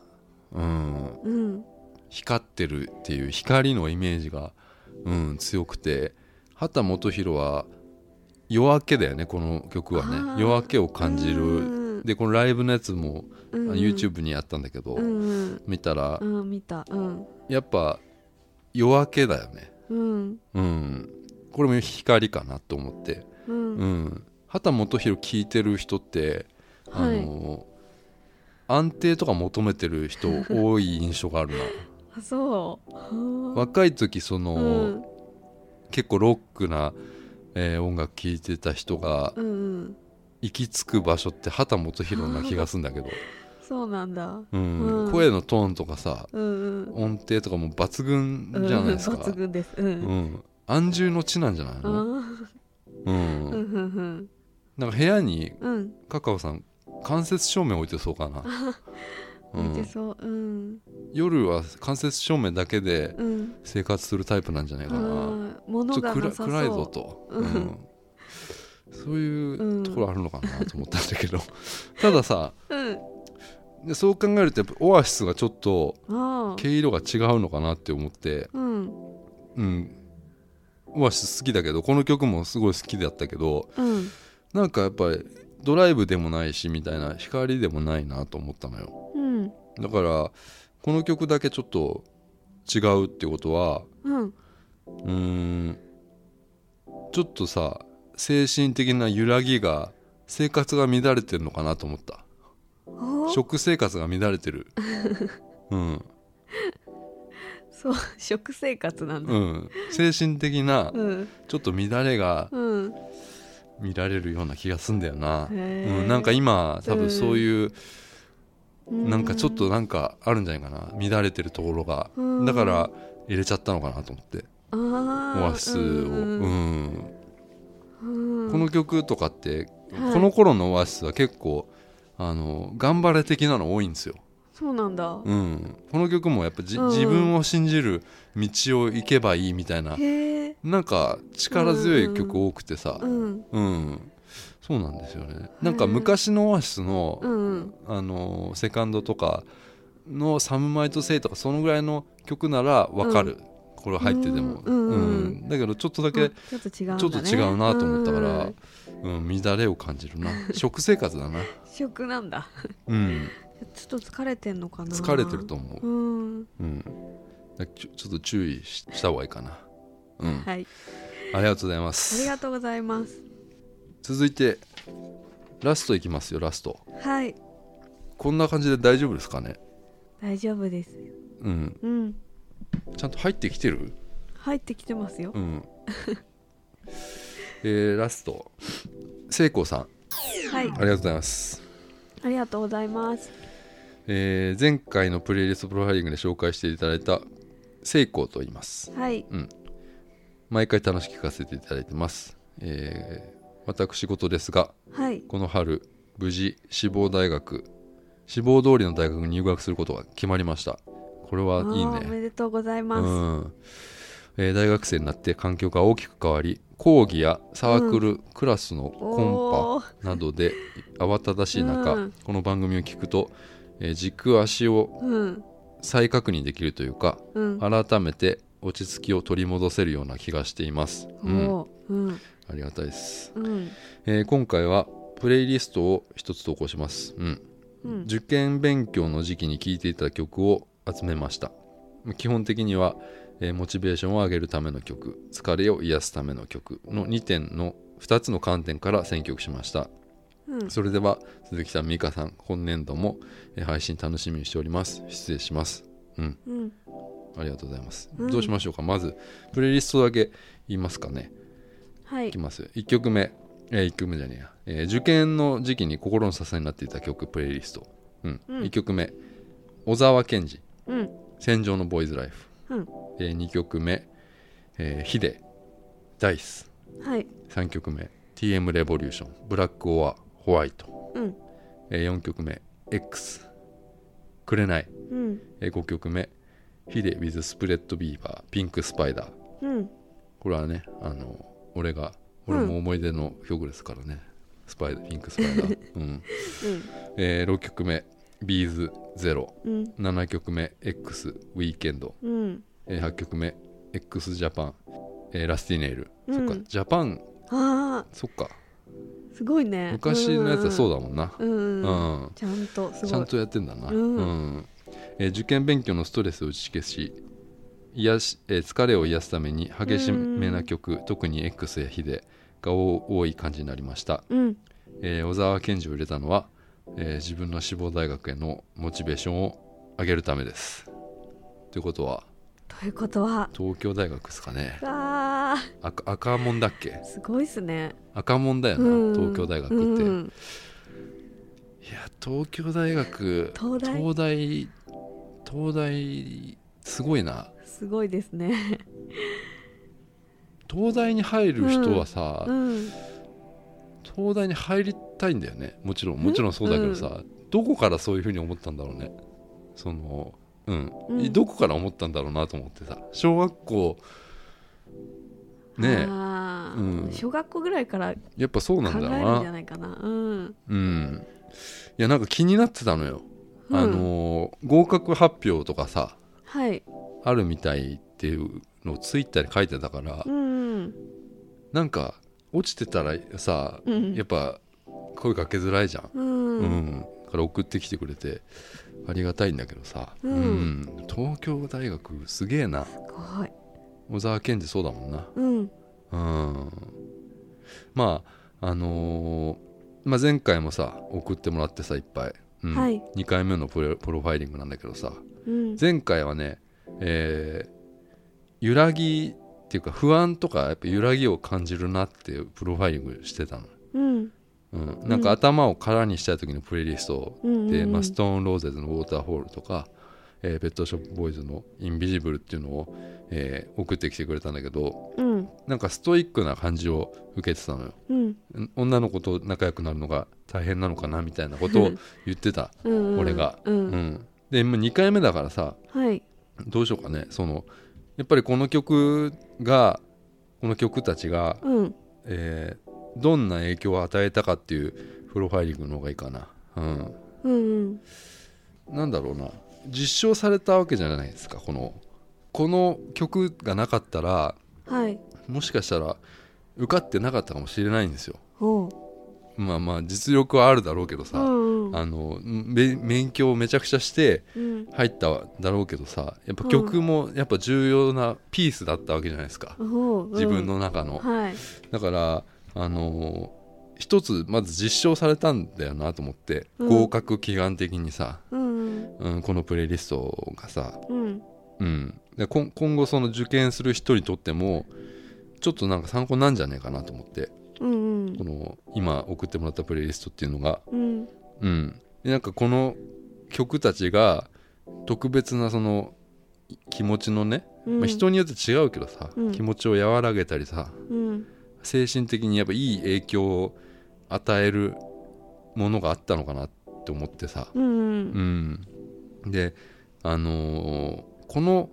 光ってるっていう光のイメージが強くて、畑基博は夜明けだよね。この曲はね、夜明けを感じる。でこのライブのやつも、YouTube にあったんだけど、見たら、やっぱ夜明けだよね。これも光かなと思って、畑基博聴いてる人って安定とか求めてる人多い印象があるな。 そう。 若い時その、結構ロックな、音楽聴いてた人が、行き着く場所って畑基博な気がするんだけどそうなんだ、 声のトーンとかさ、音程とかも抜群じゃないですか。 抜群です。 安住の地なんじゃないの。なんか部屋に、カカオさん間接照明置いてそうかな。 置いてそう、 夜は間接照明だけで生活するタイプなんじゃないかな。 物がなさそう。 暗いぞと、そういうところあるのかなと思ったんだけど、たださ、でそう考えるとやっぱオアシスがちょっと毛色が違うのかなって思って、オアシス好きだけど、この曲もすごい好きだったけど、なんかやっぱりドライブでもないしみたいな、光でもないなと思ったのよ。だからこの曲だけちょっと違うってことは、ちょっとさ、精神的な揺らぎが、生活が乱れてるのかなと思った。食生活が乱れてる。 そう食生活なんだ。 精神的なちょっと乱れが見られるような気がすんだよな。なんか今多分そういうなんかちょっとなんかあるんじゃないかな、乱れてるところが、だから入れちゃったのかなと思って、オアシスを、この曲とかって、この頃のオアシスは結構頑張れ的なの多いんですよ。 そうなんだ、 この曲もやっぱ自分を信じる道を行けばいいみたいな、なんか力強い曲多くてさ、そうなんですよね。なんか昔のオアシスの、セカンドとかのサムマイトセイとかそのぐらいの曲ならわかる、これ入ってても、だけどちょっとだけちょっと違うなと思ったから、乱れを感じるな。食生活だな。 食なんだ。ちょっと疲れてんのかな。 疲れてると思う。ちょっと注意した方がいいかな。はい。ありがとうございます。 ありがとうございます。 続いてラストいきますよ。ラスト。 はい。 こんな感じで大丈夫ですかね。 大丈夫です。 ちゃんと入ってきてる？ 入ってきてますよ。 ラスト、聖光さん、 はい、 ありがとうございます。 ありがとうございます。 前回のプレイリストプロファイリングで紹介していただいた聖光と言います。 はい、 毎回楽しく聞かせていただいてます。私事ですが、この春無事志望通りの大学に入学することが決まりました。これはいいね。 おめでとうございます。 大学生になって環境が大きく変わり、講義やサークル、クラスのコンパなどで慌ただしい中、この番組を聞くと、軸足を再確認できるというか、改めて落ち着きを取り戻せるような気がしています。ありがたいです。今回はプレイリストを一つ投稿します。受験勉強の時期に聴いていた曲を集めました。基本的にはモチベーションを上げるための曲、疲れを癒すための曲の2つの観点から選曲しました。それでは鈴木さん、美香さん、今年度も配信楽しみにしております。失礼します。ありがとうございます。どうしましょうか。まずプレイリストだけ言いますかね。いきます。1曲目、1曲目じゃねえや、受験の時期に心の支えになっていた曲プレイリスト。1曲目、小沢健二、戦場のボーイズライフ。2曲目、ヒデダイス。3曲目、 TM レボリューション、ブラックオアホワイト。4曲目、 X くれない。5曲目、ヒデ with スプレッドビーバー、ピンクスパイダー。これはね、俺も思い出の曲ですからね。ピンクスパイダー。6曲目、ビーズゼロ。7曲目、 X ウィーケンド。8曲目、 X ジャパン、ラスティネイル。そっか、ジャパン。そっか、 すごいね。 昔のやつはそうだもんな。 ちゃんとすごい、 ちゃんとやってんだな。受験勉強のストレスを打ち消し、疲れを癒すために激しめな曲、特に X やヒデが多い感じになりました。小沢健二を入れたのは、自分の志望大学へのモチベーションを上げるためです。ということは東京大学ですかね。赤門だっけ。 すごいっすね。 赤門だよな、東京大学って。いや、東京大学、東大すごいな。 すごいですね。 東大に入る人はさ、東大に入りたいんだよね。もちろんそうだけどさ、どこからそういうふうに思ったんだろうね。どこから思ったんだろうなと思ってさ、小学校ねえ、 小学校ぐらいからやっぱそうなんだろうな。 考えるんじゃないかな。 いや、なんか気になってたのよ。合格発表とかさ、あるみたいっていうのをツイッターで書いてたから、なんか落ちてたらさ、やっぱ声かけづらいじゃん。だから送ってきてくれてありがたいんだけどさ、東京大学すげえな。すごい。小沢健二そうだもんな。前回もさ送ってもらってさ、いっぱい、2回目のプロファイリングなんだけどさ、前回はね、揺らぎっていうか不安とかやっぱ揺らぎを感じるなっていうプロファイリングしてたの。 なんか頭を空にしたい時のプレイリストで、ストーンローゼズのウォーターフォールとか、ペットショップボーイズのインビジブルっていうのを、送ってきてくれたんだけど、なんかストイックな感じを受けてたのよ、女の子と仲良くなるのが大変なのかなみたいなことを言ってた俺が、で2回目だからさ、どうしようかね、やっぱりこの曲たちが、どんな影響を与えたかっていうプロファイリングの方がいいかな、なんだろうな、実証されたわけじゃないですか。この曲がなかったら、もしかしたら受かってなかったかもしれないんですよ。まあ実力はあるだろうけどさ、勉強をめちゃくちゃして入っただろうけどさ、やっぱ曲もやっぱ重要なピースだったわけじゃないですか、自分の中の、だから一つまず実証されたんだよなと思って、合格祈願的にさ、このプレイリストがさ、で今後その受験する人にとってもちょっとなんか参考なんじゃねえかなと思って、この今送ってもらったプレイリストっていうのが、でなんかこの曲たちが特別なその気持ちのね、人によって違うけどさ、気持ちを和らげたりさ、精神的にやっぱいい影響を与えるものがあったのかなって思ってさ、でこの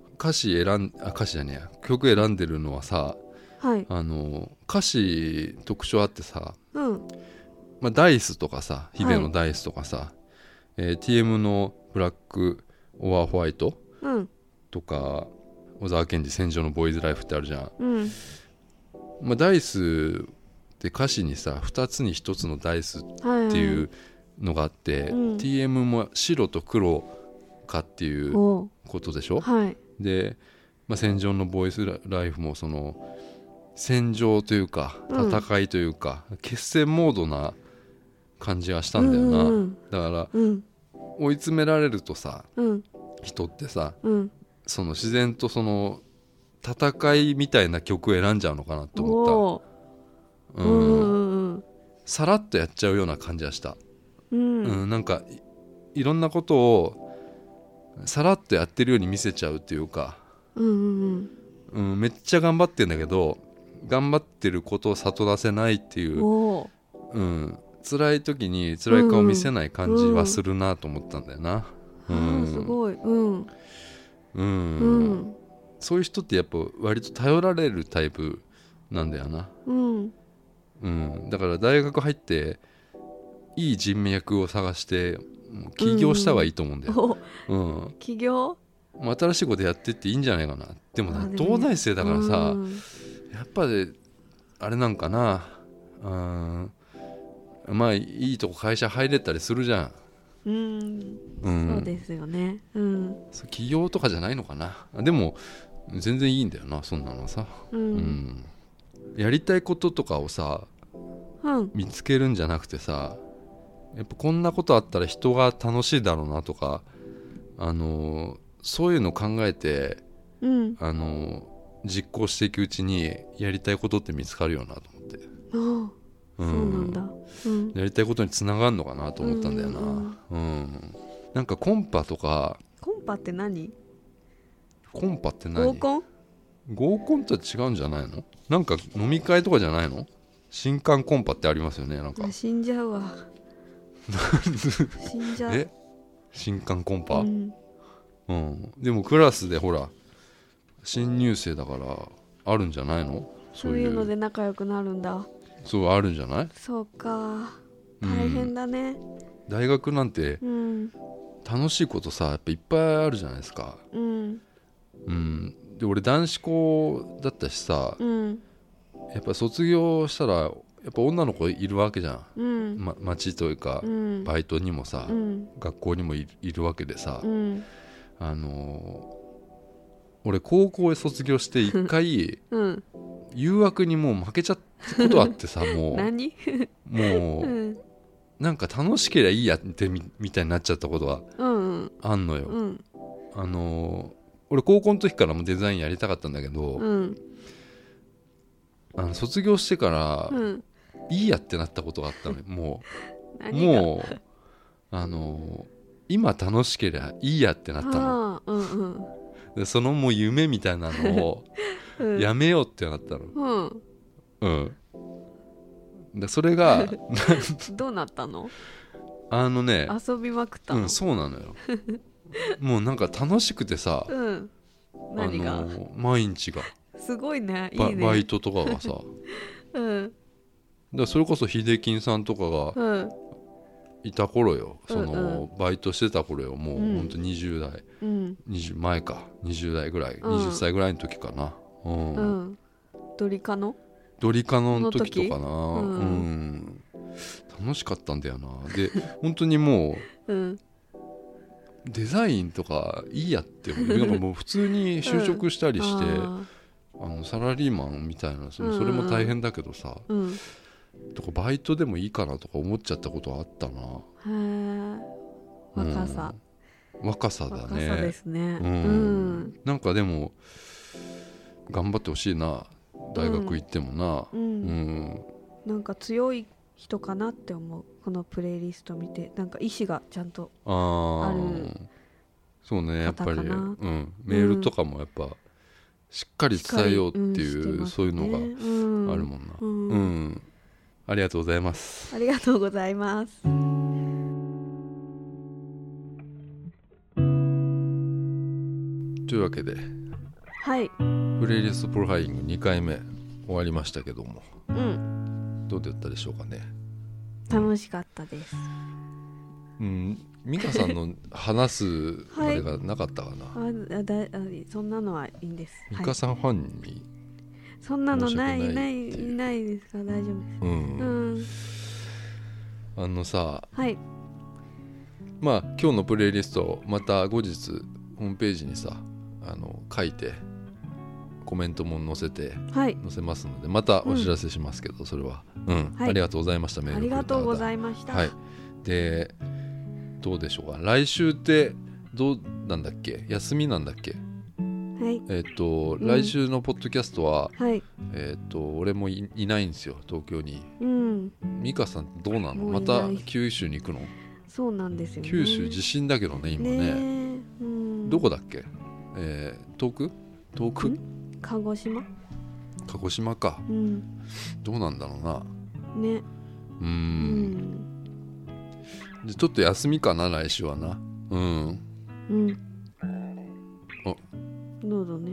曲選んでるのはさ、歌詞特徴あってさ、ダイスとかさ、ヒデのダイスとかさ、TM のブラック・オア・ホワイト、とか小沢健二戦場のボーイズライフってあるじゃん、ダイスって歌詞にさ2つに1つのダイスっていうのがあって、TM も白と黒かっていうことでしょ、で、戦場のボーイズライフもその戦場というか戦いというか、決戦モードな感じがしたんだよな、だから、追い詰められるとさ、人ってさ、その自然とその戦いみたいな曲を選んじゃうのかなと思った。さらっとやっちゃうような感じがした、なんかいろんなことをさらっとやってるように見せちゃうっていうか、めっちゃ頑張ってんだけど頑張ってることを悟らせないっていう、辛い時に辛い顔見せない感じはするなと思ったんだよな。 すごい、 そういう人ってやっぱ割と頼られるタイプなんだよな、だから大学入っていい人脈を探して起業した方がいいと思うんだよ、 起業新しいことやってっていいんじゃないかな。でも東大生だからさ、やっぱりあれなんかな、いいとこ会社入れたりするじゃん。 そうですよね、 起業とかじゃないのかな。でも全然いいんだよな、そんなのさ、やりたいこととかをさ、見つけるんじゃなくてさ、やっぱこんなことあったら人が楽しいだろうなとか、そういうの考えて、実行していくうちにやりたいことって見つかるよなと思って、 そうなんだ、 やりたいことにつながるのかなと思ったんだよな、なんかコンパとか。 コンパって何？ 合コンとは違うんじゃないの？なんか飲み会とかじゃないの？新歓コンパってありますよね。なんか死んじゃうわ死んじゃう。 新歓コンパ、でもクラスでほら新入生だからあるんじゃないの？ そういうので仲良くなるんだ。 そうあるんじゃない？そうか、大変だね、 大学なんて、楽しいことさやっぱいっぱいあるじゃないですか。で俺男子校だったしさ、やっぱ卒業したらやっぱ女の子いるわけじゃん、町というか、バイトにもさ、学校にもいるわけでさ、俺高校へ卒業して一回、誘惑にもう負けちゃったことあってさもう何もう、なんか楽しければいいやってみたいになっちゃったことがあんのよ、俺高校の時からもデザインやりたかったんだけど、卒業してから、 いいやってなったことがあったのよ。もう今楽しければいいやってなったの、でそのもう夢みたいなのをやめようってなったの。でそれがどうなったの？遊びまくったの？ そうなのよ。もうなんか楽しくてさ、 何が？ 毎日がすごいね。いいね。 バイトとかがさだそれこそ秀金さんとかがいた頃よ、バイトしてた頃よ。もうほんと20代、前か20代ぐらい、20歳ぐらいの時かな。 ドリカノの時とかな。楽しかったんだよな。で本当にもう、デザインとかいいやってなんかもう普通に就職したりして、サラリーマンみたいなそれも大変だけどさ、とかバイトでもいいかなとか思っちゃったことあったな。 若さだね。 若さですね。 なんかでも頑張ってほしいな、大学行ってもな。 なんか強い人かなって思う、このプレイリスト見て。なんか意志がちゃんとある。 そうね、やっぱり、メールとかもやっぱしっかり伝えようっていう、そういうのがあるもんな。ありがとうございます。 ありがとうございます。 というわけで、プレイリストプロファイリング2回目終わりましたけども、どうだったでしょうかね。 楽しかったです。 美香さんの話すあれがなかったかな。 そんなのはいいんです。 美香さんファンにそんなのないですか？大丈夫です。 さ、まあ今日のプレイリストまた後日ホームページにさ書いてコメントも載せますので、またお知らせしますけど、それはありがとうございました。メールありがとうございました。でどうでしょうか、来週ってどうなんだっけ、休みなんだっけ。来週のポッドキャストは、俺も いないんですよ、東京に。美香さんどうなの？また九州に行くの？ そうなんですよね。 九州地震だけどね今ね。どこだっけ？遠く鹿児島か。 どうなんだろうなね。 でちょっと休みかな来週はな。 喉ね。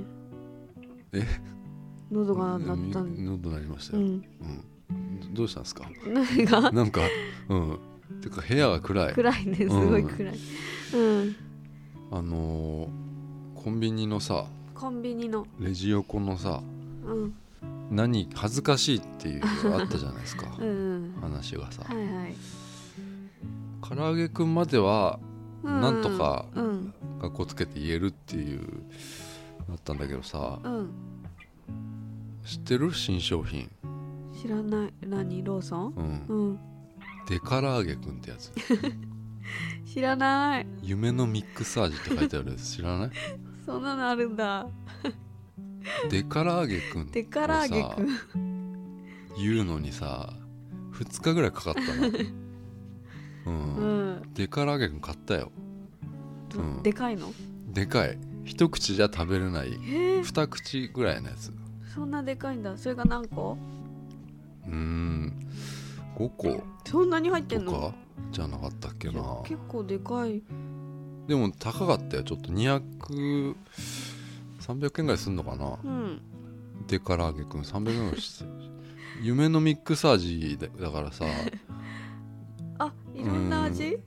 喉が鳴ったんで。 喉鳴りましたよ。どうしたんですか？ 何が？ なんかてか部屋が暗いね、すごい暗い。 コンビニのレジ横のさ、何恥ずかしいっていうのがあったじゃないですか。話がさ、唐揚げくんまではなんとかかっこつけて言えるっていうだったんだけどさ、知ってる？新商品知らない。何？ローソン？ デカラーゲくんってやつ知らない。 夢のミックス味って書いてあるやつ知らない？ そんなのあるんだ。 デカラーゲくんデカラーゲくん言うのにさ2日ぐらいかかったの。デカラーゲくん買ったよ。 でかいの？ でかい。一口じゃ食べれない2口ぐらいのやつ。 そんなでかいんだ。それが何個 ？5個。 そんなに入ってんの？ とかじゃなかったっけな。 結構でかい。 でも高かったよ。ちょっと300円ぐらいすんのかな。デカラーゲくん300円ぐらいして夢のミックス味だからさいろんな味？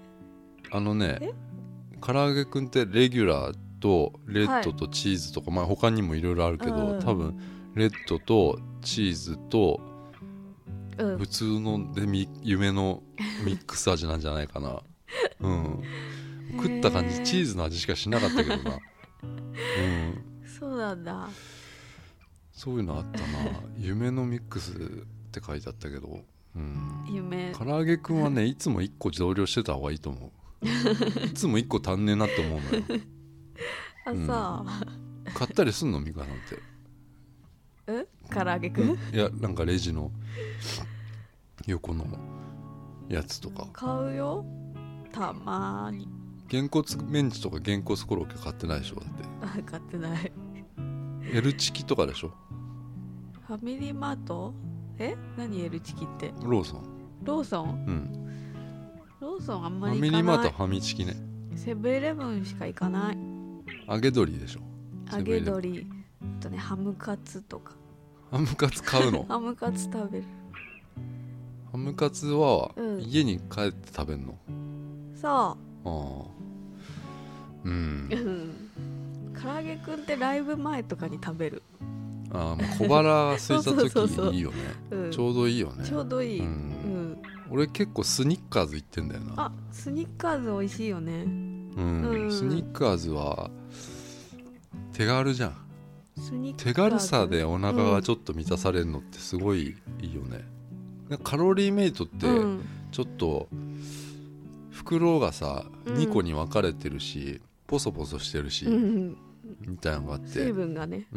唐揚げくんってレギュラーとレッドとチーズとか、他にもいろいろあるけど、多分レッドとチーズと普通ので夢のミックス味なんじゃないかな。食った感じチーズの味しかしなかったけどな。 そうなんだ。 そういうのあったな。夢のミックスって書いてあったけど、唐揚げくんはねいつも1個増量してた方がいいと思う。いつも1個足んねえなって思うのよ。買ったりすんのミカさんって？ 唐揚げくん？ いやなんかレジの横のやつとか買うよ、たまに。 げんこつメンチとかげんこつコロッケ買ってないでしょ？だって買ってない。 L チキとかでしょ？ ファミリーマート？何 L チキって？ ローソン。 ローソン？ うん。 ローソンあんまり行かない。ファミリーマートはファミチキね。 セブンイレブンしか行かない。 揚げ鶏でしょ？ 揚げ鶏とね、ハムカツとか。 ハムカツ買うの？ ハムカツ食べる。 ハムカツは家に帰って食べるの？ そう。 ああ。うん。 唐揚げくんってライブ前とかに食べる。 ああ、もう小腹空いた時いいよね。ちょうどいいよね。 ちょうどいい。 俺結構スニッカーズ行ってんだよな。 あ、スニッカーズ美味しいよね。 スニッカーズは手軽じゃん。手軽さでお腹がちょっと満たされるのってすごいいいよね。カロリーメイトってちょっと袋がさ、2個に分かれてるしポソポソしてるし、みたいなのがあって水分がね、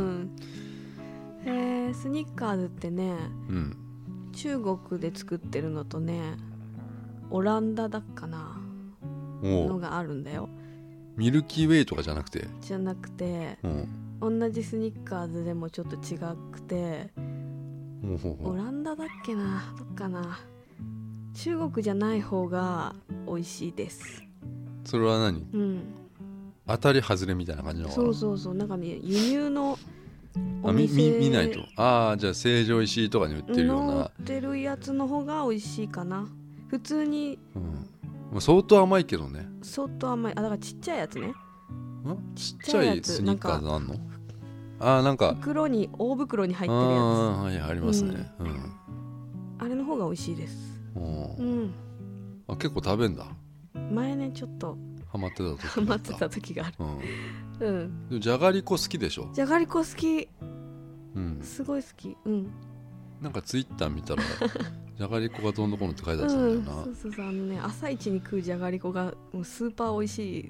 スニッカーズってね、中国で作ってるのとね、オランダだっかなのがあるんだよ。 ミルキーウェイとかじゃなくて、 同じスニッカーズでもちょっと違くて、オランダだっけな、どっかな、中国じゃない方が美味しいです。 それは何？当たり外れみたいな感じなのかな？ そうなんかね、輸入のお店見ないと。ああ、じゃあ成城石井とかに売ってるような、 売ってるやつの方が美味しいかな。普通に、 相当甘いけどね。 相当甘い。だからちっちゃいやつね。 ちっちゃいスニッカーズあんの？ああ、なんか大袋に入ってるやつ。 はい、ありますね。 あれの方が美味しいです。 あ、結構食べんだ。 前ね、ちょっとハマってた時がある。 でもじゃがりこ好きでしょ？ じゃがりこ好き。すごい好き。 なんかツイッター見たらじゃがりこがどんどこのって書いてあったんだよな。 そう朝一に食うじゃがりこがもうスーパー美味しい。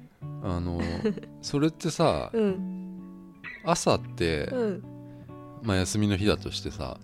それってさ、朝って、まあ休みの日だとしてさ、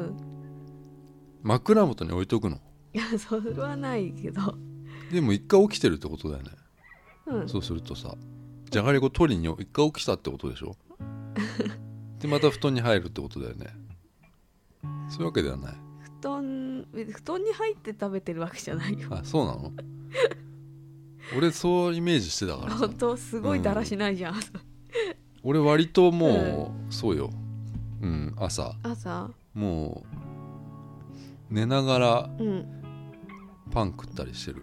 枕元に置いとくの？ いや、それはないけど。 でも一回起きてるってことだよね。そうするとさ、じゃがりこ取りに一回起きたってことでしょ？でまた布団に入るってことだよね。そういうわけではない。 布団に入って食べてるわけじゃないよ。 あ、そうなの？俺そうイメージしてたからさ。 本当すごいだらしないじゃん。 俺割ともう、そうよ。朝もう寝ながらパン食ったりしてる。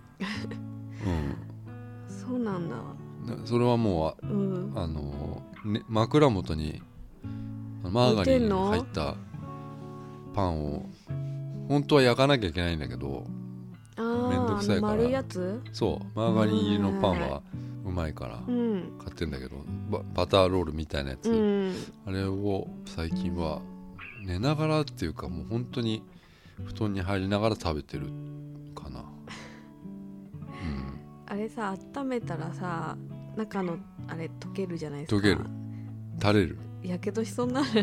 そうなんだ。 それはもう、枕元にマーガリンに入ったパンを本当は焼かなきゃいけないんだけど、めんどくさいから。 丸いやつ？ そう、マーガリン入りのパンはうまいから買ってんだけど、バターロールみたいなやつ、あれを最近は寝ながらっていうか、もう本当に布団に入りながら食べてるかな。 あれさ、温めたらさ、中のあれ溶けるじゃないですか。 溶ける、垂れる。 やけどしそうになる。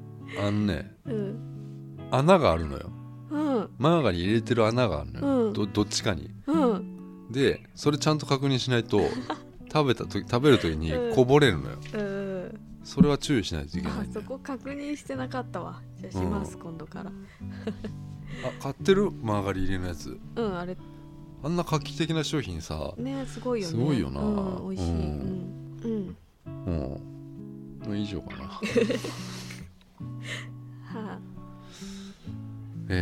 穴があるのよ。マーガリン入れてる穴があるのよ。どっちかに。でそれちゃんと確認しないと食べる時にこぼれるのよ。それは注意しないといけないんだよ。 そこ確認してなかったわ。じゃあします、今度から。 買ってる？マーガリン入れのやつ。 あれあんな画期的な商品さ、 すごいよね。 すごいよな。 美味しい。 以上かな。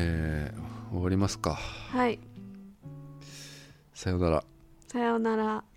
終わりますか。 はい。 さよなら。 さよなら。